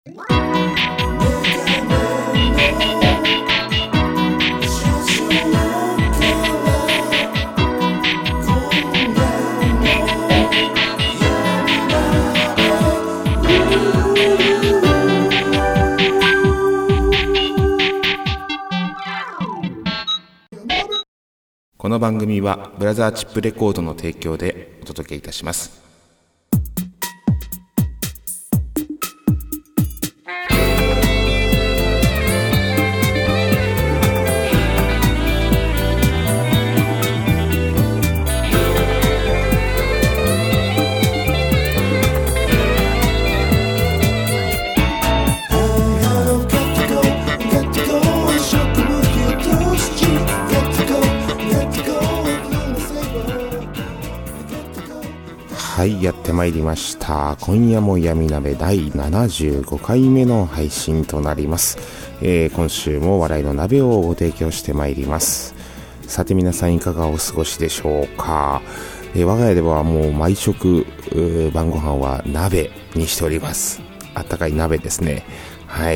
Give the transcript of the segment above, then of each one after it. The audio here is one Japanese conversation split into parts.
この番組はブラザーチップレコードの提供でお届けいたします。はい、やってまいりました。今夜も闇鍋第75回目の配信となります。今週も笑いの鍋をご提供してまいります。さて皆さんいかがお過ごしでしょうか。我が家ではもう毎食晩ご飯は鍋にしております。あったかい鍋ですね。はい。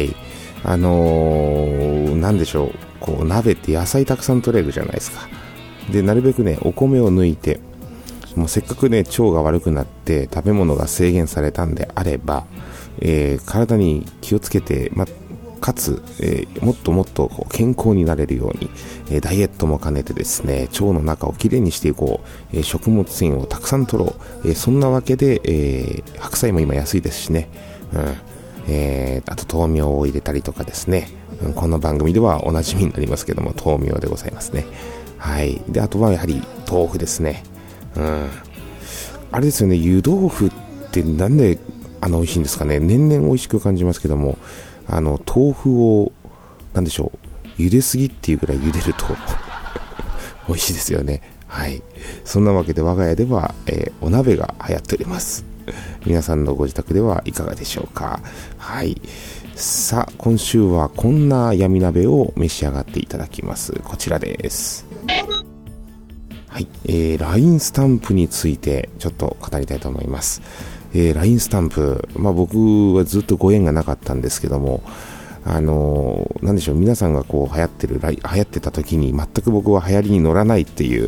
なんでしょう。こう鍋って野菜たくさん取れるじゃないですか。で、なるべくね、お米を抜いて、もうせっかくね腸が悪くなって食べ物が制限されたんであれば、体に気をつけて、かつ、もっともっとこう健康になれるように、ダイエットも兼ねてですね腸の中をきれいにしていこう、食物繊維をたくさん取ろう、そんなわけで、白菜も今安いですしね、あと豆苗を入れたりとかですね、この番組ではおなじみになりますけども豆苗でございますね。はい。であとはやはり豆腐ですね。あれですよね、湯豆腐ってなんで美味しいんですかね。年々美味しく感じますけども、豆腐をなんでしょう、茹ですぎっていうぐらい茹でると美味しいですよね。はい。そんなわけで我が家では、お鍋が流行っております。皆さんのご自宅ではいかがでしょうか。はい。さあ今週はこんな闇鍋を召し上がっていただきます。こちらです。はい、LINE スタンプについてちょっと語りたいと思います。LINE スタンプ、僕はずっとご縁がなかったんですけども、なんでしょう、皆さんがこう流行ってた時に全く僕は流行りに乗らないっていう、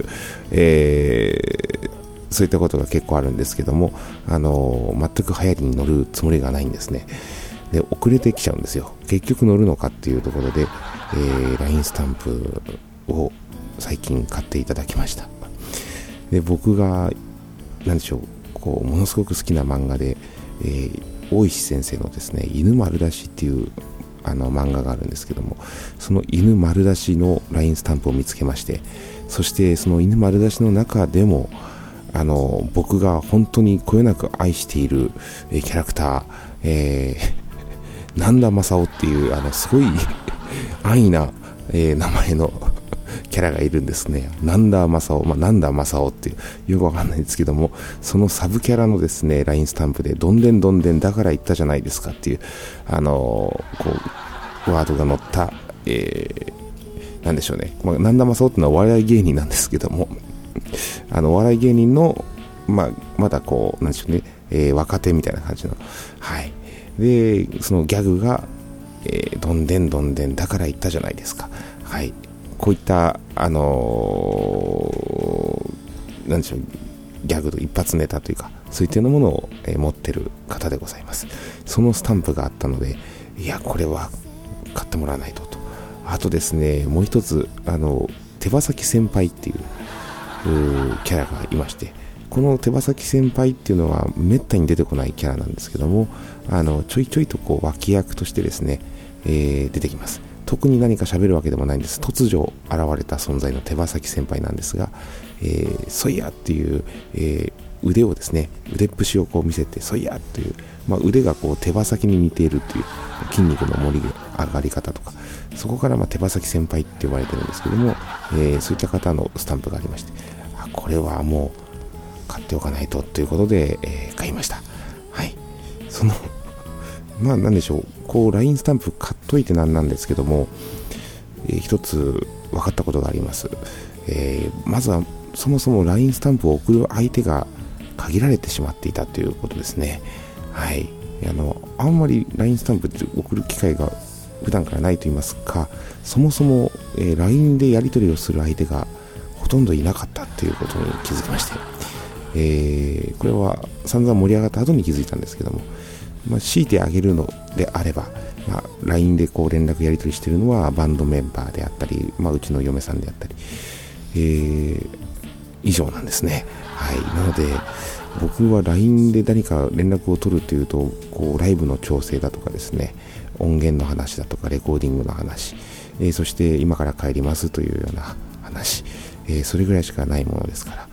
そういったことが結構あるんですけども、全く流行りに乗るつもりがないんですね。で、遅れてきちゃうんですよ。結局乗るのかっていうところで、LINE スタンプを最近買っていただきました。で、僕がなんでしょう、こうものすごく好きな漫画で、大石先生のですね、犬丸出しっていう漫画があるんですけども、その犬丸出しの LINE スタンプを見つけまして、そしてその犬丸出しの中でも僕が本当にこよなく愛している、キャラクター、南田正夫っていうすごい安易な、名前のキャラがいるんですね。南田正夫、南田正夫っていうよくわかんないんですけども、そのサブキャラのですね LINE スタンプでどんでんどんでんだから言ったじゃないですかっていうこうワードが載った、なんでしょうね、南田正夫っていうのはお笑い芸人なんですけども、お笑い芸人のまだこうなんでしょうね、若手みたいな感じの、はい。でそのギャグが、どんでんどんでんだから言ったじゃないですか。はい。こういったなんでしょう、ギャグと一発ネタというか、そういったようなものを、持ってる方でございます。そのスタンプがあったので、いやこれは買ってもらわないとと。あとですね、もう一つ手羽先先輩っていうキャラがいまして、この手羽先先輩っていうのはめったに出てこないキャラなんですけども、ちょいちょいとこう脇役としてですね、出てきます。特に何か喋るわけでもないんです。突如現れた存在の手羽先先輩なんですが、そいやっていう、腕をですね、腕っぷしをこう見せて、そいやっていう、腕がこう手羽先に似ているっていう筋肉の盛り上がり方とか、そこから手羽先先輩って呼ばれてるんですけども、そういった方のスタンプがありまして、これはもう買っておかないとということで、買いました。はい。そのなんでしょう、こう LINE スタンプ買っといてなんですけども、一つ分かったことがあります。まずはそもそも LINE スタンプを送る相手が限られてしまっていたということですね。はい。 あんまり LINE スタンプって送る機会が普段からないと言いますか、そもそも、LINE でやり取りをする相手がほとんどいなかったっていうことに気づきまして、これは散々盛り上がった後に気づいたんですけども、強いてあげるのであれば、LINE でこう連絡やり取りしているのはバンドメンバーであったり、うちの嫁さんであったり、以上なんですね。はい。なので僕は LINE で何か連絡を取るというと、こうライブの調整だとかですね、音源の話だとかレコーディングの話、そして今から帰りますというような話、それぐらいしかないものですから、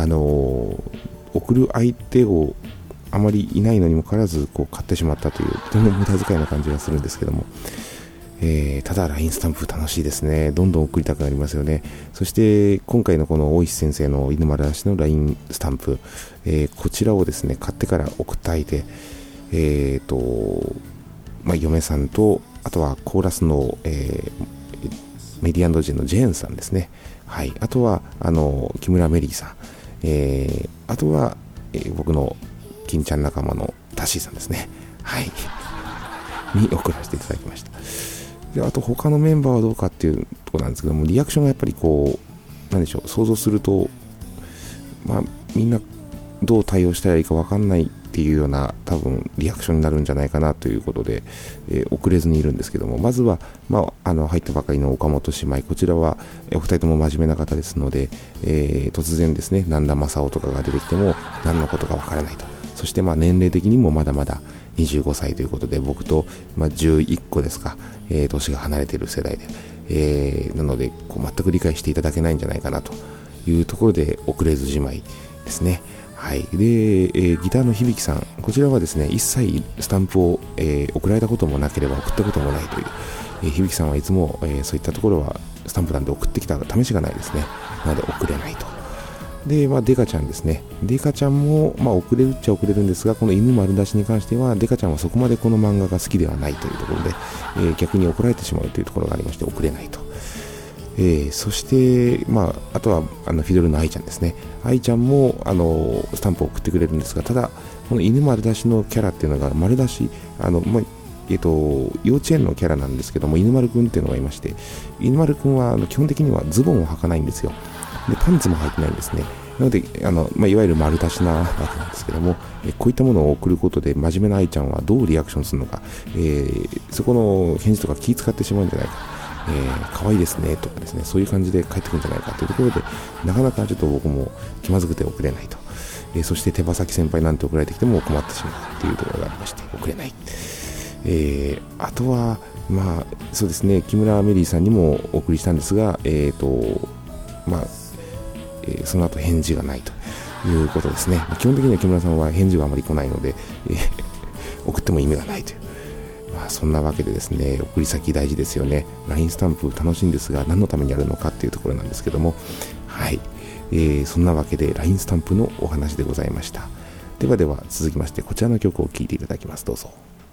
送る相手をあまりいないのにもかかわらずこう買ってしまったという、とても無駄遣いな感じがするんですけども、ただ LINE スタンプ楽しいですね。どんどん送りたくなりますよね。そして今回のこの大石先生の犬丸出しの LINE スタンプ、こちらをですね買ってから送った相手、嫁さんと、あとはコーラスの、メディアンドジェのジェーンさんですね。はい。あとは木村メリーさん、あとは、僕の金ちゃん仲間のタッシーさんですね。はいに送らせていただきました。で、あと他のメンバーはどうかっていうところなんですけども、リアクションがやっぱりこうなんでしょう、想像するとみんなどう対応したらいいか分かんないっていうような多分リアクションになるんじゃないかなということで、遅れずにいるんですけども、まずは、入ったばかりの岡本姉妹、こちらはお二人とも真面目な方ですので、突然ですね南田正雄とかが出てきても何のことか分からないと。そして年齢的にもまだまだ25歳ということで、僕と11個ですか、年が離れている世代で、なのでこう全く理解していただけないんじゃないかなというところで遅れずじまいですね。はい。で、ギターの響さん、こちらはですね一切スタンプを、送られたこともなければ送ったこともないという、響さんはいつも、そういったところはスタンプなんで送ってきた試しがないですね。なので送れないと。で、デカちゃんですね。デカちゃんも、遅れるっちゃ遅れるんですが、この犬丸出しに関しては、デカちゃんはそこまでこの漫画が好きではないというところで、逆に怒られてしまうというところがありまして、送れないと。そして、あとはフィドルの愛ちゃんですね。愛ちゃんもスタンプを送ってくれるんですが、ただ、この犬丸出しのキャラっていうのが、丸出し、幼稚園のキャラなんですけども、犬丸くんっていうのがいまして、犬丸くんは基本的にはズボンを履かないんですよ。でパンツも履いてないんですね。なのでいわゆる丸出しなわけなんですけども、こういったものを送ることで真面目な愛ちゃんはどうリアクションするのか、そこの返事とか気遣ってしまうんじゃないか、可愛いですねとかですね、そういう感じで返ってくるんじゃないかというところで、なかなかちょっと僕も気まずくて送れないと。そして手羽先先輩なんて送られてきても困ってしまうというところがありまして送れない。あとはそうですね、木村メリーさんにもお送りしたんですが、その後返事がないということですね。基本的には木村さんは返事があまり来ないので、送っても意味がないという、そんなわけでですね、送り先大事ですよね。 LINE スタンプ楽しいんですが、何のためにやるのかっていうところなんですけども、はい、そんなわけで LINE スタンプのお話でございました。ではでは続きましてこちらの曲を聴いていただきます。どうぞ。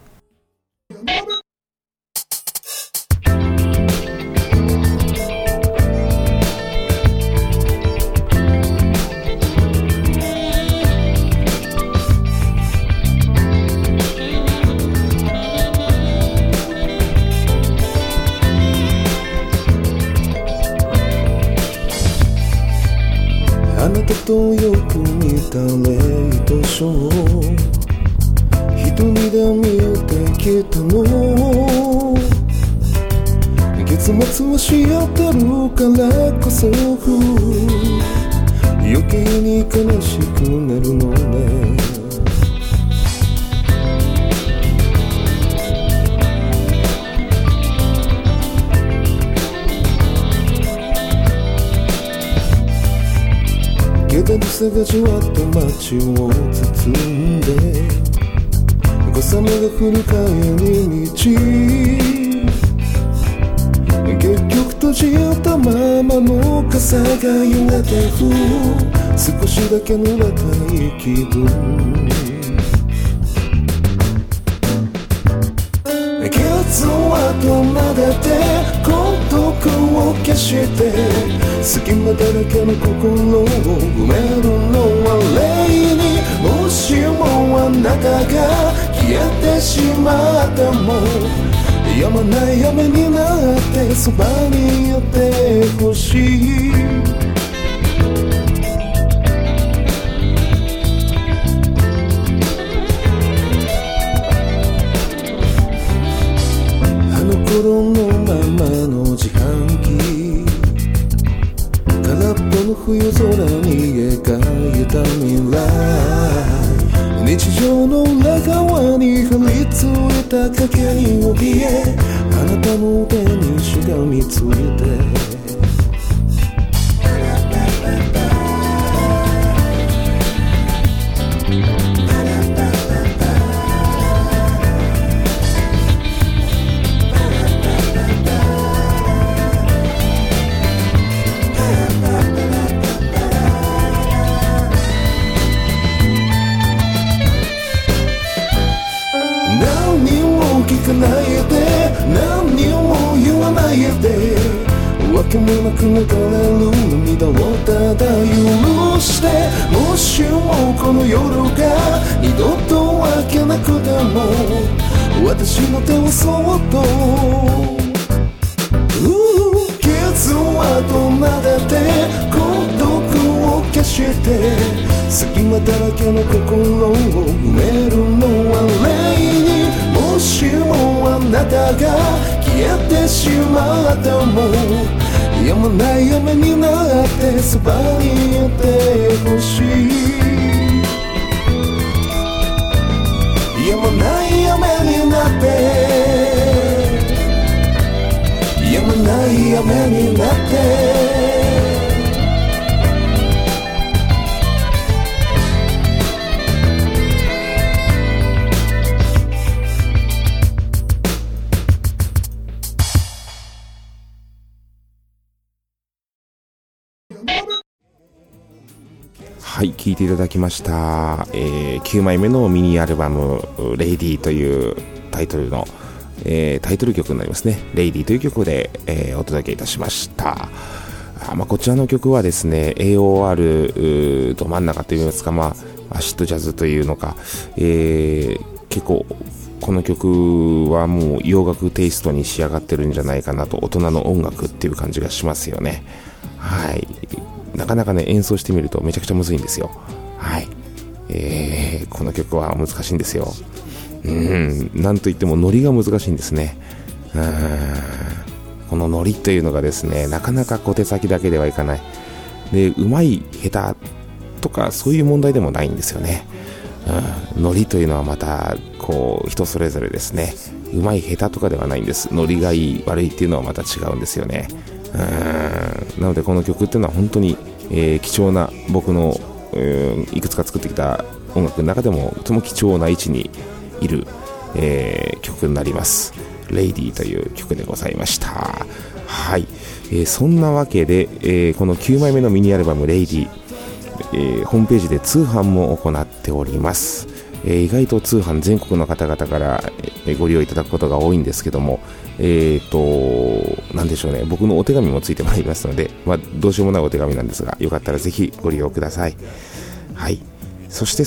あなたとよく似たレイトショー、一人で見てきたの、月末はし合ってるからこそ余計に悲しくなるのね。気だるさがじわっと街を包んで、小雨が降る帰り道、結局閉じたままの傘がやがて降る、少しだけ濡れたい気分、ケツを後撫でて孤独を消して、隙間だらけの心を埋めるのは霊に、もしももあなたが消えてしまったも止まない雨になってそばにいてほしいあの頃のままの自販機空っぽの冬空に描いた未来日常の裏側に張り付いた影に怯えあなたの手にしがみついて聞かないで何にも言わないでわけもなく流れる涙をただ許してもしもこの夜が二度と明けなくても私の手をそっと傷跡なでて孤独を消して隙間だらけの心を埋めるのは霊にもしもあなたが消えてしまったも止まない雨になってそばにいてほしい止まない雨になって止まない雨になってはい、聴いていただきました、9枚目のミニアルバムレイディというタイトルの、タイトル曲になりますね。レイディという曲で、お届けいたしました。こちらの曲はですね AOR ど真ん中といいますか、アシッドジャズというのか、結構この曲はもう洋楽テイストに仕上がってるんじゃないかなと、大人の音楽っていう感じがしますよね。はい、なかなかね演奏してみるとめちゃくちゃむずいんですよ。はい、この曲は難しいんですよ。なんといってもノリが難しいんですね。このノリというのがですねなかなか小手先だけではいかない。でうまい下手とかそういう問題でもないんですよね。ノリというのはまたこう人それぞれですね。うまい下手とかではないんです。ノリがいい悪いっていうのはまた違うんですよね。なのでこの曲っていうのは本当に、貴重な僕の、いくつか作ってきた音楽の中でもとても貴重な位置にいる、曲になります。レイディという曲でございました。はい、そんなわけで、この9枚目のミニアルバムレイディ、ホームページで通販も行っております。意外と通販全国の方々から、ご利用いただくことが多いんですけども、なんでしょうね、僕のお手紙もついてまいりますので、どうしようもないお手紙なんですが、よかったらぜひご利用ください。はい。そして、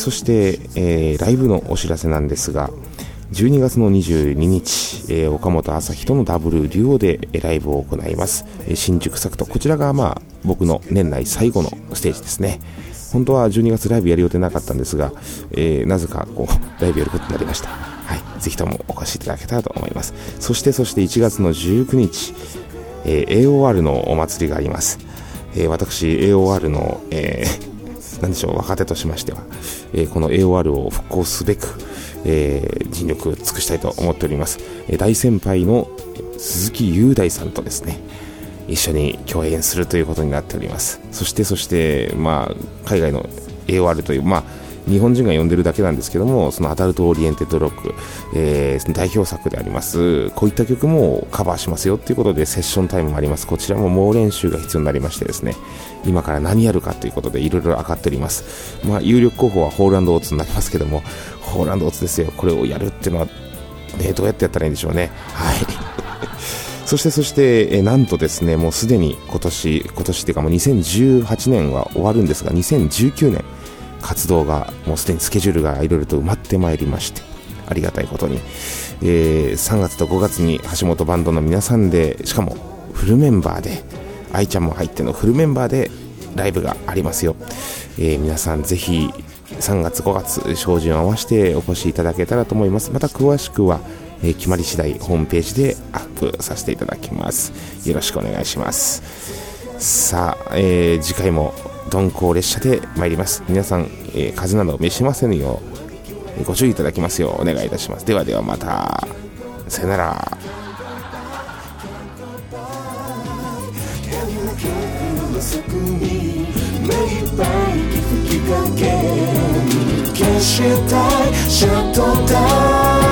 ライブのお知らせなんですが、12月の22日、岡本朝日とのダブルデュオでライブを行います。新宿サクト、こちらが僕の年内最後のステージですね。本当は12月ライブやる予定なかったんですが、なぜかライブやることになりました。はい、ぜひともお越しいただけたらと思います。そして1月の19日、AOR のお祭りがあります。私 AOR の、何でしょう、若手としましては、この AOR を復興すべく、尽力を尽くしたいと思っております。大先輩の鈴木雄大さんとですね一緒に共演するということになっております。そして海外の AOR という日本人が呼んでるだけなんですけども、そのアダルトオリエンテッドロック、代表作でありますこういった曲もカバーしますよということでセッションタイムもあります。こちらも猛練習が必要になりましてですね、今から何やるかということでいろいろ上がっております。有力候補はホール&オーツになりますけども、ホール&オーツですよ。これをやるっていうのは、どうやってやったらいいんでしょうね。はいそして、なんとですね、もうすでに今年っていうかもう2018年は終わるんですが、2019年活動がもうすでにスケジュールがいろいろと埋まってまいりまして、ありがたいことに、3月と5月に橋本バンドの皆さんで、しかもフルメンバーで、愛ちゃんも入ってのフルメンバーでライブがありますよ。皆さんぜひ3月5月照準を合わせてお越しいただけたらと思います。また詳しくは、決まり次第ホームページでアップさせていただきます。よろしくお願いします。さあ、次回も鈍行列車で参ります。皆さん、風邪など召しませぬようご注意いただきますようお願いいたします。ではではまた、さよなら。目いっぱい吹きかけ消したいシャットダウン